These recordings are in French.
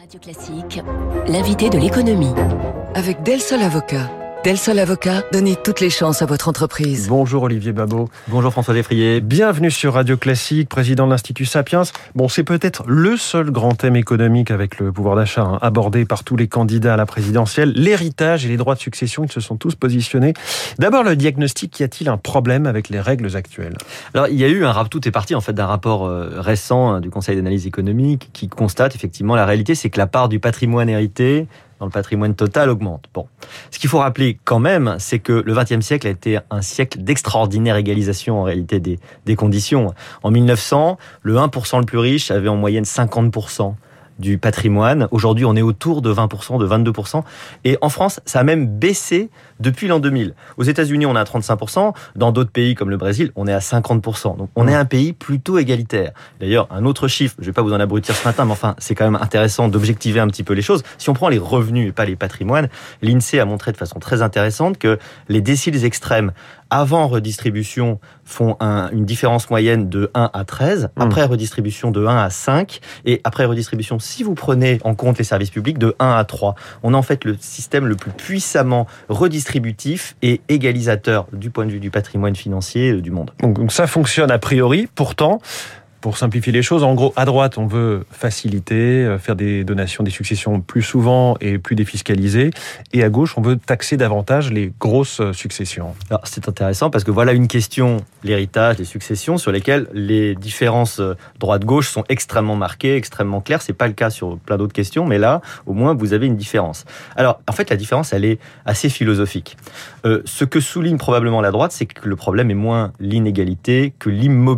Radio Classique, l'invité de l'économie. Avec Del Sol Avocat. Del Sol Avocat, donnez toutes les chances à votre entreprise. Bonjour Olivier Babot. Bonjour François Geffrier. Bienvenue sur Radio Classique, président de l'Institut Sapiens. Bon, c'est peut-être le seul grand thème économique avec le pouvoir d'achat abordé par tous les candidats à la présidentielle. L'héritage et les droits de succession, ils se sont tous positionnés. D'abord, le diagnostic, y a-t-il un problème avec les règles actuelles ? Alors, il y a eu tout est parti en fait d'un rapport récent du Conseil d'analyse économique qui constate effectivement la réalité, c'est que la part du patrimoine hérité dans le patrimoine total augmente. Bon. Ce qu'il faut rappeler quand même, c'est que le XXe siècle a été un siècle d'extraordinaire égalisation en réalité des conditions. En 1900, le 1% le plus riche avait en moyenne 50% du patrimoine. Aujourd'hui, on est autour de 20%, de 22%. Et en France, ça a même baissé depuis l'an 2000. Aux États-Unis, on est à 35%. Dans d'autres pays comme le Brésil, on est à 50%. Donc, on est un pays plutôt égalitaire. D'ailleurs, un autre chiffre, je ne vais pas vous en abrutir ce matin, mais enfin, c'est quand même intéressant d'objectiver un petit peu les choses. Si on prend les revenus et pas les patrimoines, l'INSEE a montré de façon très intéressante que les déciles extrêmes avant redistribution font une différence moyenne de 1 à 13, après redistribution de 1 à 5, et après redistribution, si vous prenez en compte les services publics, de 1 à 3. On a en fait le système le plus puissamment redistributif et égalisateur du point de vue du patrimoine financier du monde. Donc ça fonctionne a priori, pourtant... Pour simplifier les choses, en gros, à droite, on veut faciliter, faire des donations, des successions plus souvent et plus défiscalisées. Et à gauche, on veut taxer davantage les grosses successions. Alors, c'est intéressant parce que voilà une question, l'héritage, les successions, sur lesquelles les différences droite-gauche sont extrêmement marquées, extrêmement claires. C'est pas le cas sur plein d'autres questions, mais là, au moins, vous avez une différence. Alors, en fait, la différence, elle est assez philosophique. Ce que souligne probablement la droite, c'est que le problème est moins l'inégalité que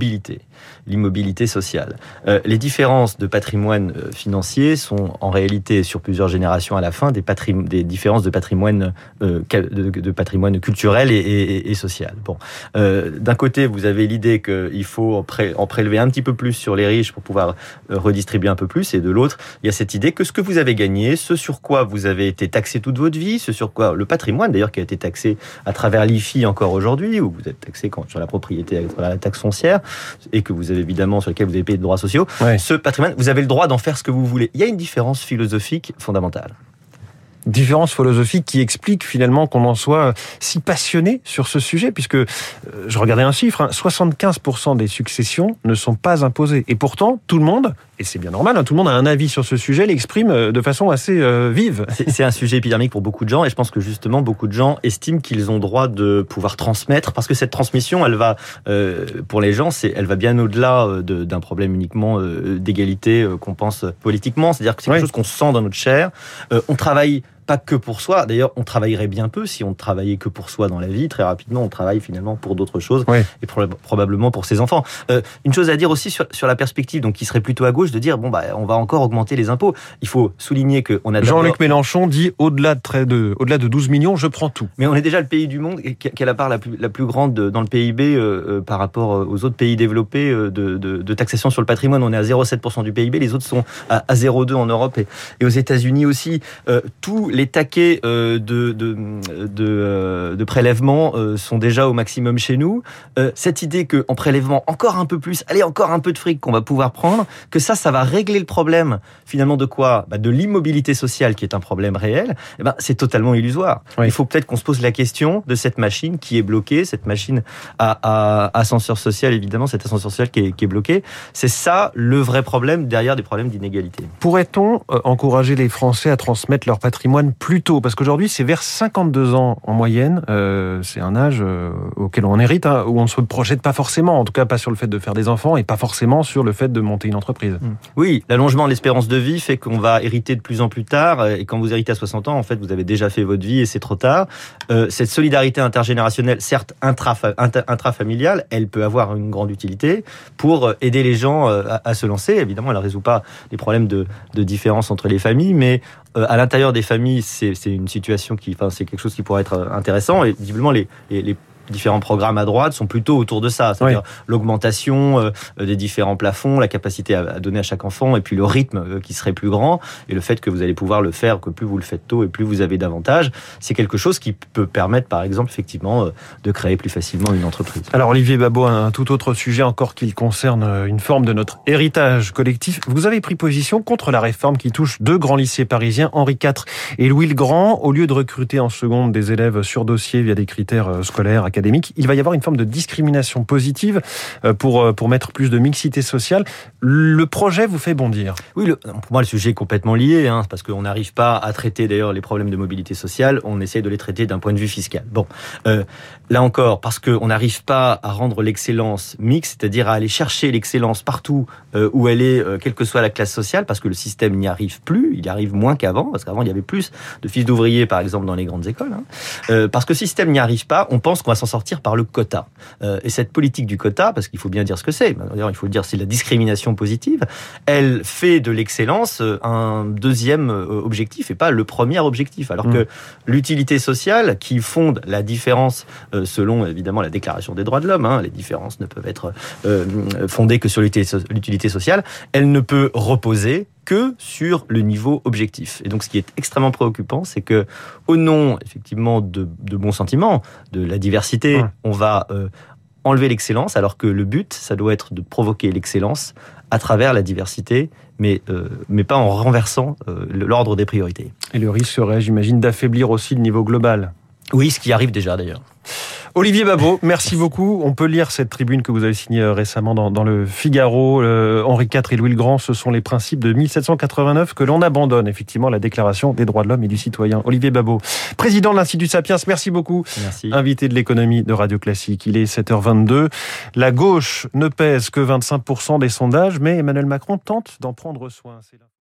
l'immobilité sociale. Les différences de patrimoine financier sont en réalité, sur plusieurs générations à la fin, des différences de patrimoine, de patrimoine culturel et social. Bon. D'un côté, vous avez l'idée qu'il faut en prélever un petit peu plus sur les riches pour pouvoir redistribuer un peu plus, et de l'autre, il y a cette idée que ce que vous avez gagné, ce sur quoi vous avez été taxé toute votre vie, ce sur quoi le patrimoine, d'ailleurs, qui a été taxé à travers l'IFI encore aujourd'hui, où vous êtes taxé sur la propriété à travers la taxe foncière, et que vous avez évidemment, sur lequel vous avez payé de droits sociaux, ce patrimoine, vous avez le droit d'en faire ce que vous voulez. Il y a une différence philosophique fondamentale. Différence philosophique qui explique finalement qu'on en soit si passionné sur ce sujet, puisque, je regardais un chiffre, 75% des successions ne sont pas imposées. Et pourtant, tout le monde, et c'est bien normal, tout le monde a un avis sur ce sujet, l'exprime de façon assez vive. C'est un sujet épidermique pour beaucoup de gens, et je pense que justement, beaucoup de gens estiment qu'ils ont droit de pouvoir transmettre, parce que cette transmission, elle va, pour les gens, elle va bien au-delà d'un problème uniquement d'égalité qu'on pense politiquement, c'est-à-dire que c'est quelque chose qu'on sent dans notre chair. On travaille pas que pour soi. D'ailleurs, on travaillerait bien peu si on ne travaillait que pour soi dans la vie. Très rapidement, on travaille finalement pour d'autres choses, et probablement pour ses enfants. Une chose à dire aussi sur la perspective, donc qui serait plutôt à gauche, de dire on va encore augmenter les impôts. Il faut souligner que on a Jean-Luc Mélenchon dit au-delà de 12 millions, je prends tout. Mais on est déjà le pays du monde qui a la part la plus grande dans le PIB par rapport aux autres pays développés de taxation sur le patrimoine. On est à 0,7% du PIB. Les autres sont à 0,2 en Europe et aux États-Unis aussi. Tous les taquets de prélèvement sont déjà au maximum chez nous. Cette idée qu'en prélèvement encore un peu plus, allez, encore un peu de fric qu'on va pouvoir prendre, que ça va régler le problème finalement de quoi ? De l'immobilité sociale qui est un problème réel, c'est totalement illusoire. Oui. Il faut peut-être qu'on se pose la question de cette machine qui est bloquée, cette machine à ascenseur social, évidemment, cet ascenseur social qui est bloqué. C'est ça le vrai problème derrière des problèmes d'inégalité. Pourrait-on encourager les Français à transmettre leur patrimoine plus tôt, parce qu'aujourd'hui c'est vers 52 ans en moyenne, c'est un âge auquel on hérite, où on ne se projette pas forcément, en tout cas pas sur le fait de faire des enfants et pas forcément sur le fait de monter une entreprise. Oui, l'allongement de l'espérance de vie fait qu'on va hériter de plus en plus tard, et quand vous héritez à 60 ans, en fait vous avez déjà fait votre vie et c'est trop tard. Cette solidarité intergénérationnelle, certes intrafamiliale, elle peut avoir une grande utilité pour aider les gens à se lancer. Évidemment, elle ne résout pas les problèmes de différence entre les familles, mais à l'intérieur des familles, c'est une situation c'est quelque chose qui pourrait être intéressant. Et visiblement, les différents programmes à droite sont plutôt autour de ça, c'est-à-dire l'augmentation des différents plafonds, la capacité à donner à chaque enfant, et puis le rythme qui serait plus grand, et le fait que vous allez pouvoir le faire, que plus vous le faites tôt et plus vous avez d'avantages, c'est quelque chose qui peut permettre, par exemple, effectivement, de créer plus facilement une entreprise. Alors Olivier Babot, un tout autre sujet encore qui concerne une forme de notre héritage collectif. Vous avez pris position contre la réforme qui touche 2 grands lycées parisiens, Henri IV et Louis le Grand. Au lieu de recruter en seconde des élèves sur dossier via des critères scolaires, académiques, il va y avoir une forme de discrimination positive pour mettre plus de mixité sociale. Le projet vous fait bondir? Oui, pour moi, le sujet est complètement lié, parce qu'on n'arrive pas à traiter d'ailleurs les problèmes de mobilité sociale, on essaie de les traiter d'un point de vue fiscal. Bon, là encore, parce qu'on n'arrive pas à rendre l'excellence mixte, c'est-à-dire à aller chercher l'excellence partout où elle est, quelle que soit la classe sociale, parce que le système n'y arrive plus, il y arrive moins qu'avant, parce qu'avant il y avait plus de fils d'ouvriers, par exemple, dans les grandes écoles. Parce que le système n'y arrive pas, on pense qu'on va s'en sortir par le quota. Et cette politique du quota, parce qu'il faut bien dire ce que c'est, d'ailleurs il faut le dire, c'est la discrimination positive, elle fait de l'excellence un deuxième objectif et pas le premier objectif. Alors que l'utilité sociale, qui fonde la différence selon évidemment la Déclaration des droits de l'homme, les différences ne peuvent être fondées que sur l'utilité sociale, elle ne peut reposer que sur le niveau objectif. Et donc, ce qui est extrêmement préoccupant, c'est que, au nom, effectivement, de bons sentiments, de la diversité, on va enlever l'excellence, alors que le but, ça doit être de provoquer l'excellence à travers la diversité, mais pas en renversant l'ordre des priorités. Et le risque serait, j'imagine, d'affaiblir aussi le niveau global. Oui, ce qui arrive déjà, d'ailleurs. Olivier Babot, merci beaucoup. On peut lire cette tribune que vous avez signée récemment dans le Figaro. Henri IV et Louis le Grand, ce sont les principes de 1789 que l'on abandonne, effectivement, la Déclaration des droits de l'homme et du citoyen. Olivier Babot, président de l'Institut Sapiens, merci beaucoup. Merci. Invité de l'économie de Radio Classique. Il est 7h22. La gauche ne pèse que 25% des sondages, mais Emmanuel Macron tente d'en prendre soin.